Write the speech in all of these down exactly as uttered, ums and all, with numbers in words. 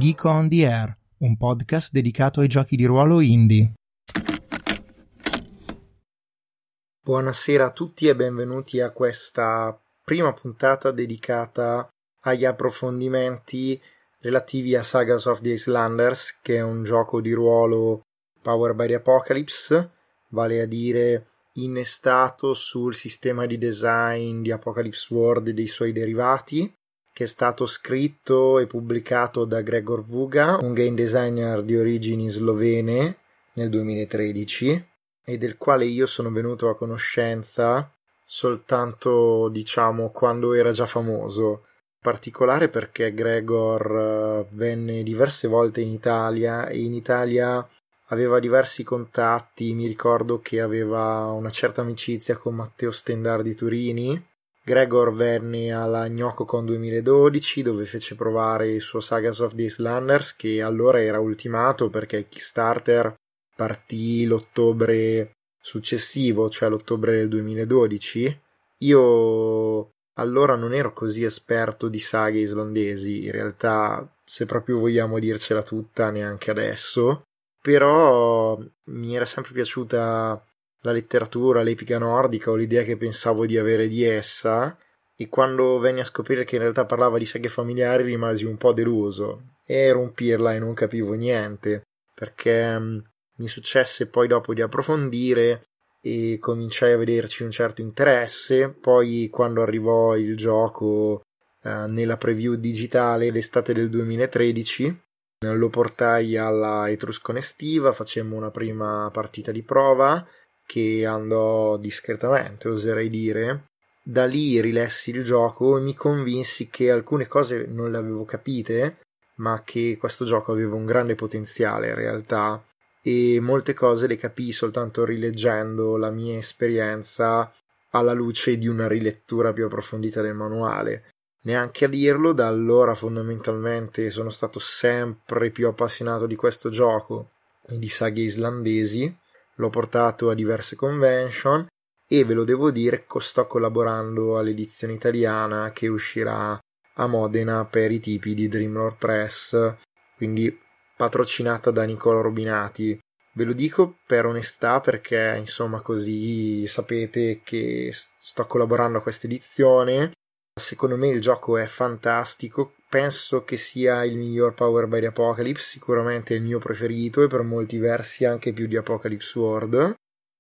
Geek on the Air, un podcast dedicato ai giochi di ruolo indie. Buonasera a tutti e benvenuti a questa prima puntata dedicata agli approfondimenti relativi a Sagas of the Islanders, che è un gioco di ruolo Powered by the Apocalypse, vale a dire innestato sul sistema di design di Apocalypse World e dei suoi derivati, che è stato scritto e pubblicato da Gregor Vuga, un game designer di origini slovene, nel duemilatredici, e del quale io sono venuto a conoscenza soltanto, diciamo, quando era già famoso. In particolare perché Gregor venne diverse volte in Italia e in Italia aveva diversi contatti. Mi ricordo che aveva una certa amicizia con Matteo Stendardi Turini. Gregor venne alla GnocoCon duemiladodici, dove fece provare il suo Sagas of the Islanders, che allora era ultimato perché il Kickstarter partì l'ottobre successivo, cioè l'ottobre del duemiladodici. Io allora non ero così esperto di saghe islandesi, in realtà, se proprio vogliamo dircela tutta, neanche adesso, però mi era sempre piaciuta la letteratura, l'epica nordica, o l'idea che pensavo di avere di essa, e quando venni a scoprire che in realtà parlava di saghe familiari rimasi un po' deluso. Ero un pirla e non capivo niente, perché mh, mi successe poi dopo di approfondire e cominciai a vederci un certo interesse. Poi quando arrivò il gioco eh, nella preview digitale l'estate del duemilatredici, lo portai alla Etruscon estiva, facemmo una prima partita di prova che andò discretamente, oserei dire. Da lì rilessi il gioco e mi convinsi che alcune cose non le avevo capite, ma che questo gioco aveva un grande potenziale in realtà, e molte cose le capii soltanto rileggendo la mia esperienza alla luce di una rilettura più approfondita del manuale. Neanche a dirlo, da allora fondamentalmente sono stato sempre più appassionato di questo gioco e di saghe islandesi. L'ho portato a diverse convention e, ve lo devo dire, sto collaborando all'edizione italiana che uscirà a Modena per i tipi di Dreamlore Press, quindi patrocinata da Nicola Robinati. Ve lo dico per onestà perché, insomma, così sapete che sto collaborando a questa edizione. Secondo me il gioco è fantastico, penso che sia il miglior Powered by the Apocalypse, sicuramente il mio preferito e per molti versi anche più di Apocalypse World.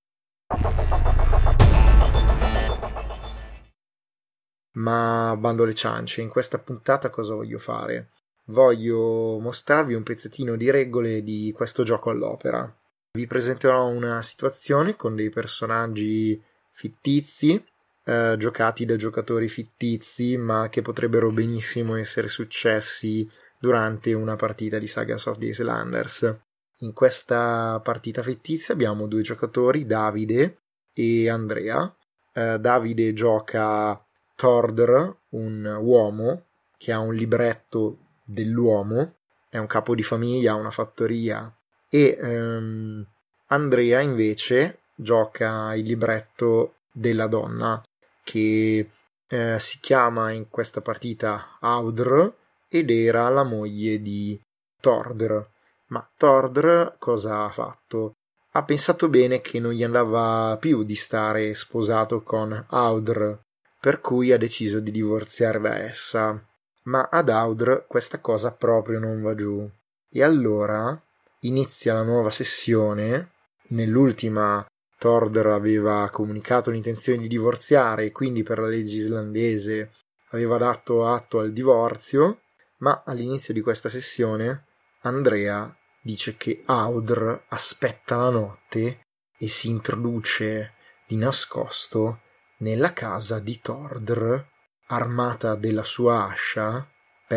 Ma bando alle ciance, in questa puntata cosa voglio fare? Voglio mostrarvi un pezzettino di regole di questo gioco all'opera. Vi presenterò una situazione con dei personaggi fittizi, eh, giocati da giocatori fittizi, ma che potrebbero benissimo essere successi durante una partita di Sagas of the Islanders. In questa partita fittizia abbiamo due giocatori, Davide e Andrea. Eh, Davide gioca Tordr, un uomo che ha un libretto dell'uomo, è un capo di famiglia, ha una fattoria, e ehm, Andrea invece gioca il libretto della donna, che eh, si chiama in questa partita Audr ed era la moglie di Tordr. Ma Tordr cosa ha fatto? Ha pensato bene che non gli andava più di stare sposato con Audr, per cui ha deciso di divorziare da essa. Ma ad Audr questa cosa proprio non va giù. E allora inizia la nuova sessione. Nell'ultima Tordr aveva comunicato l'intenzione di divorziare e quindi per la legge islandese aveva dato atto al divorzio, ma all'inizio di questa sessione Andrea dice che Audr aspetta la notte e si introduce di nascosto nella casa di Tordr, armata della sua ascia,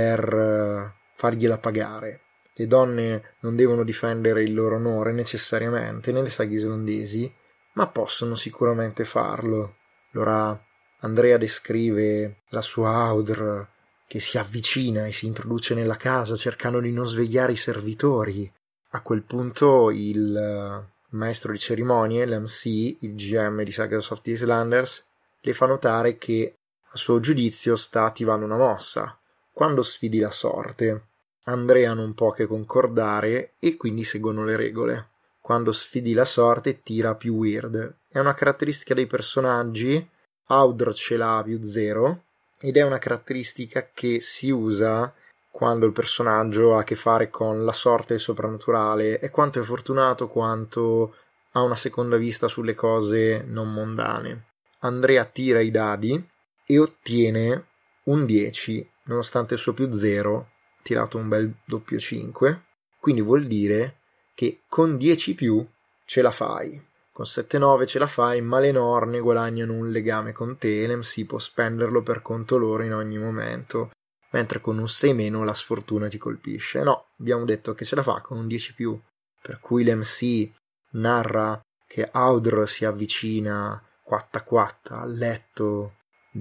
per fargliela pagare. Le donne non devono difendere il loro onore necessariamente nelle saghe islandesi, ma possono sicuramente farlo. Allora Andrea descrive la sua Audr che si avvicina e si introduce nella casa cercando di non svegliare i servitori. A quel punto il maestro di cerimonie, l'M C, il G M di Sagas of the Islanders, le fa notare che a suo giudizio sta attivando una mossa. Quando sfidi la sorte, Andrea non può che concordare e quindi seguono le regole. Quando sfidi la sorte tira più weird. È una caratteristica dei personaggi, Audr ce l'ha più zero, ed è una caratteristica che si usa quando il personaggio ha a che fare con la sorte e il soprannaturale, e quanto è fortunato quanto ha una seconda vista sulle cose non mondane. Andrea tira i dadi e ottiene un dieci, nonostante il suo più zero, ha tirato un bel doppio cinque, quindi vuol dire che con dieci più ce la fai. Con sette nove ce la fai, ma le Norne guadagnano un legame con te e l'M C può spenderlo per conto loro in ogni momento, mentre con un sei meno la sfortuna ti colpisce. No, abbiamo detto che ce la fa con un dieci più, per cui l'M C narra che Audr si avvicina quatta quatta al letto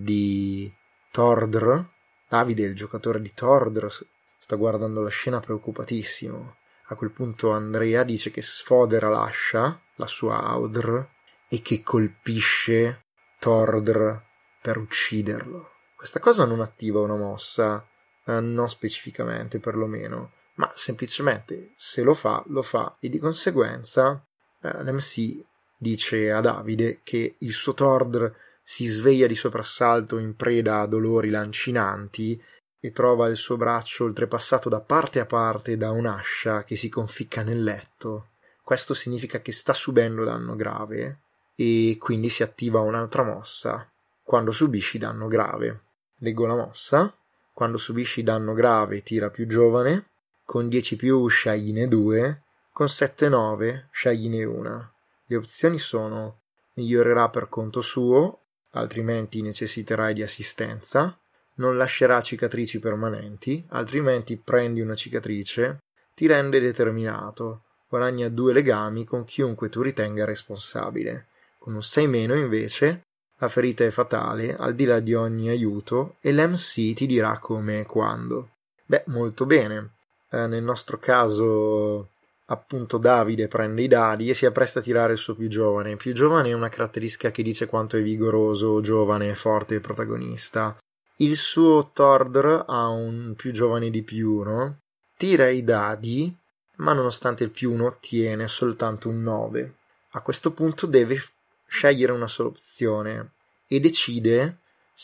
di Tordr. Davide, il giocatore di Tordr, sta guardando la scena preoccupatissimo. A quel punto Andrea dice che sfodera l'ascia, la sua Audr, e che colpisce Tordr per ucciderlo. Questa cosa non attiva una mossa, eh, non specificamente perlomeno, ma semplicemente se lo fa, lo fa, e di conseguenza eh, l'M C dice a Davide che il suo Tordr si sveglia di soprassalto in preda a dolori lancinanti e trova il suo braccio oltrepassato da parte a parte da un'ascia che si conficca nel letto. Questo significa che sta subendo danno grave e quindi si attiva un'altra mossa quando subisci danno grave. Leggo la mossa. Quando subisci danno grave tira più giovane, con dieci più scegliene due, con sette nove scegliene una. Le opzioni sono: migliorerà per conto suo, altrimenti necessiterai di assistenza, non lascerà cicatrici permanenti, altrimenti prendi una cicatrice, ti rende determinato, guadagna due legami con chiunque tu ritenga responsabile. Con un sei meno invece la ferita è fatale, al di là di ogni aiuto, e l'M C ti dirà come e quando. Beh, molto bene. Eh, nel nostro caso, appunto, Davide prende i dadi e si appresta a tirare il suo più giovane. Il più giovane è una caratteristica che dice quanto è vigoroso, giovane e forte il protagonista. Il suo Tordr ha un più giovane di più uno, tira i dadi, ma nonostante il più uno ottiene soltanto un nove. A questo punto deve scegliere una sola opzione e decide,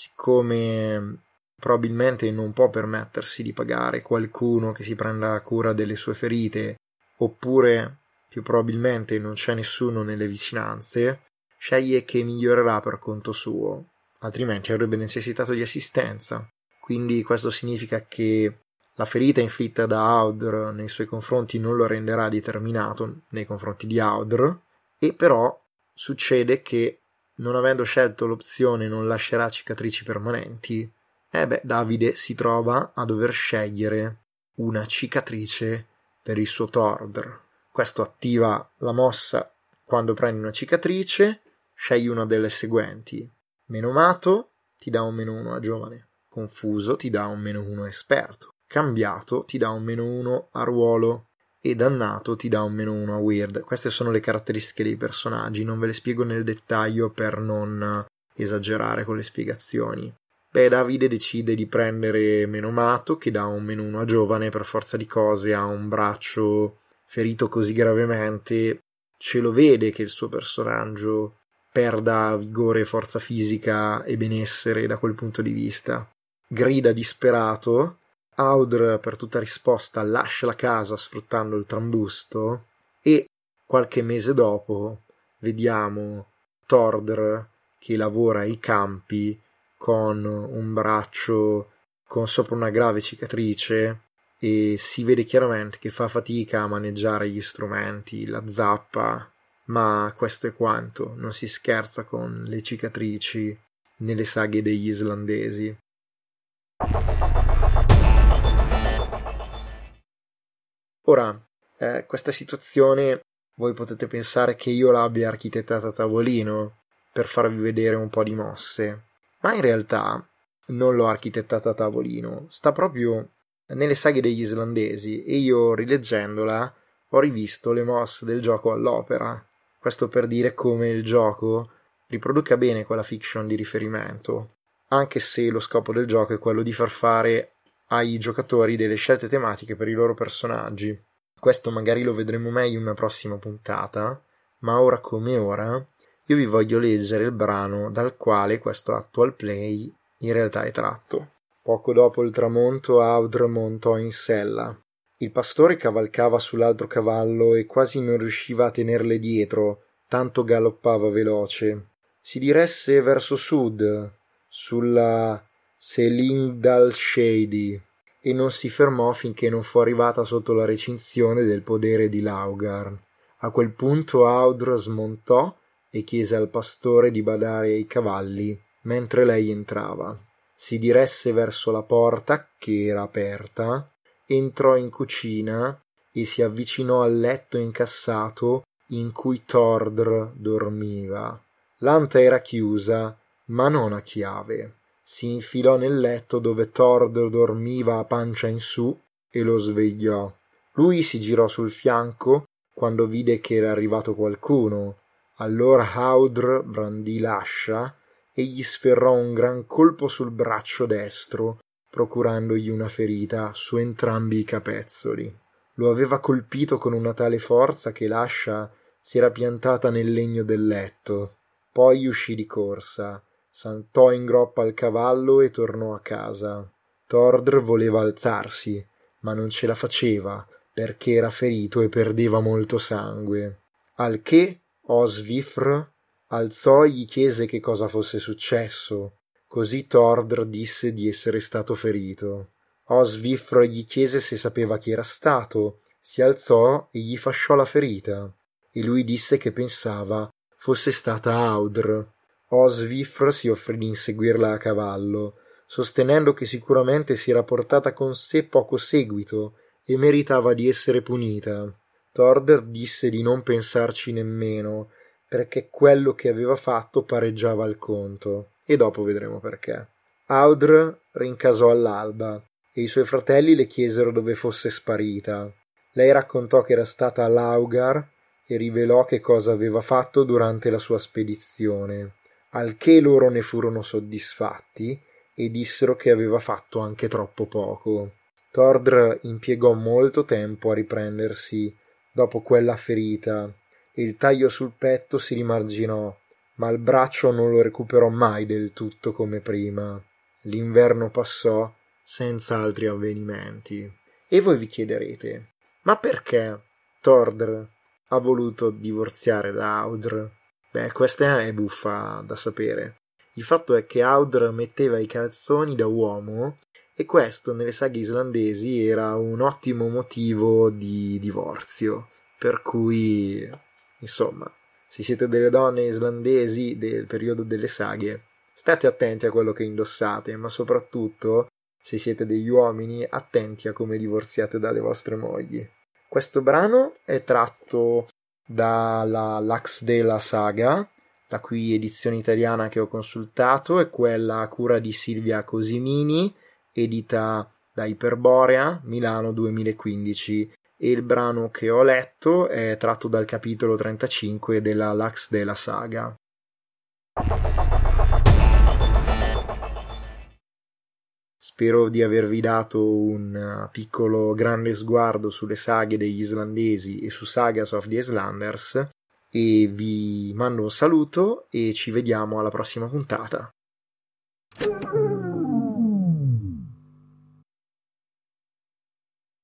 siccome probabilmente non può permettersi di pagare qualcuno che si prenda cura delle sue ferite, oppure più probabilmente non c'è nessuno nelle vicinanze, sceglie che migliorerà per conto suo, altrimenti avrebbe necessitato di assistenza. Quindi questo significa che la ferita inflitta da Audr nei suoi confronti non lo renderà determinato nei confronti di Audr, e però succede che, non avendo scelto l'opzione non lascerà cicatrici permanenti, eh beh, Davide si trova a dover scegliere una cicatrice per il suo Tordr. Questo attiva la mossa: quando prendi una cicatrice, scegli una delle seguenti. Menomato ti dà un meno uno a giovane, confuso ti dà un meno uno a esperto, cambiato ti dà un meno uno a ruolo e dannato ti dà un meno uno a weird. Queste sono le caratteristiche dei personaggi, non ve le spiego nel dettaglio per non esagerare con le spiegazioni. Beh, Davide decide di prendere Menomato, che dà un meno uno a giovane, per forza di cose ha un braccio ferito così gravemente, ce lo vede che il suo personaggio perda vigore, forza fisica e benessere da quel punto di vista. Grida disperato. Audr, per tutta risposta, lascia la casa sfruttando il trambusto, e qualche mese dopo vediamo Tordr che lavora ai campi con un braccio con sopra una grave cicatrice, e si vede chiaramente che fa fatica a maneggiare gli strumenti, la zappa, ma questo è quanto. Non si scherza con le cicatrici nelle saghe degli islandesi. Ora, eh, questa situazione voi potete pensare che io l'abbia architettata a tavolino per farvi vedere un po' di mosse, ma in realtà non l'ho architettata a tavolino, sta proprio nelle saghe degli islandesi, e io, rileggendola, ho rivisto le mosse del gioco all'opera. Questo per dire come il gioco riproduca bene quella fiction di riferimento, anche se lo scopo del gioco è quello di far fare ai giocatori delle scelte tematiche per i loro personaggi. Questo magari lo vedremo meglio in una prossima puntata, ma ora come ora io vi voglio leggere il brano dal quale questo actual play in realtà è tratto. Poco dopo il tramonto Audr montò in sella. Il pastore cavalcava sull'altro cavallo e quasi non riusciva a tenerle dietro, tanto galoppava veloce. Si diresse verso sud, sulla Selingdal Shady, e non si fermò finché non fu arrivata sotto la recinzione del podere di Laugar. A quel punto Audr smontò e chiese al pastore di badare ai cavalli mentre lei entrava. Si diresse verso la porta, che era aperta, entrò in cucina e si avvicinò al letto incassato in cui Tordr dormiva. L'anta era chiusa, ma non a chiave. Si infilò nel letto dove Tordr dormiva a pancia in su e lo svegliò. Lui si girò sul fianco quando vide che era arrivato qualcuno. Allora Audr brandì l'ascia e gli sferrò un gran colpo sul braccio destro, procurandogli una ferita su entrambi i capezzoli. Lo aveva colpito con una tale forza che l'ascia si era piantata nel legno del letto. Poi uscì di corsa, saltò in groppa al cavallo e tornò a casa. Tordr voleva alzarsi, ma non ce la faceva, perché era ferito e perdeva molto sangue. Al che Osvifr alzò e gli chiese che cosa fosse successo. Così Tordr disse di essere stato ferito. Osvifr gli chiese se sapeva chi era stato, si alzò e gli fasciò la ferita, e lui disse che pensava fosse stata Audr. Osvifr si offrì di inseguirla a cavallo, sostenendo che sicuramente si era portata con sé poco seguito e meritava di essere punita. Tordr disse di non pensarci nemmeno, perché quello che aveva fatto pareggiava il conto, e dopo vedremo perché. Audr rincasò all'alba, e i suoi fratelli le chiesero dove fosse sparita. Lei raccontò che era stata a Laugar e rivelò che cosa aveva fatto durante la sua spedizione, al che loro ne furono soddisfatti e dissero che aveva fatto anche troppo poco. Tordr impiegò molto tempo a riprendersi dopo quella ferita, e il taglio sul petto si rimarginò, ma il braccio non lo recuperò mai del tutto come prima. L'inverno passò senza altri avvenimenti. E voi vi chiederete, ma perché Tordr ha voluto divorziare da Audr? Beh, questa è buffa da sapere. Il fatto è che Audr metteva i calzoni da uomo e questo nelle saghe islandesi era un ottimo motivo di divorzio, per cui, insomma, se siete delle donne islandesi del periodo delle saghe, state attenti a quello che indossate, ma soprattutto, se siete degli uomini, attenti a come divorziate dalle vostre mogli. Questo brano è tratto dalla Laxdela Saga, la cui edizione italiana che ho consultato è quella a cura di Silvia Cosimini, edita da Iperborea, Milano duemilaquindici, e il brano che ho letto è tratto dal capitolo trentacinque della Laxdela Saga. Spero di avervi dato un piccolo grande sguardo sulle saghe degli islandesi e su Sagas of the Islanders, e vi mando un saluto e ci vediamo alla prossima puntata.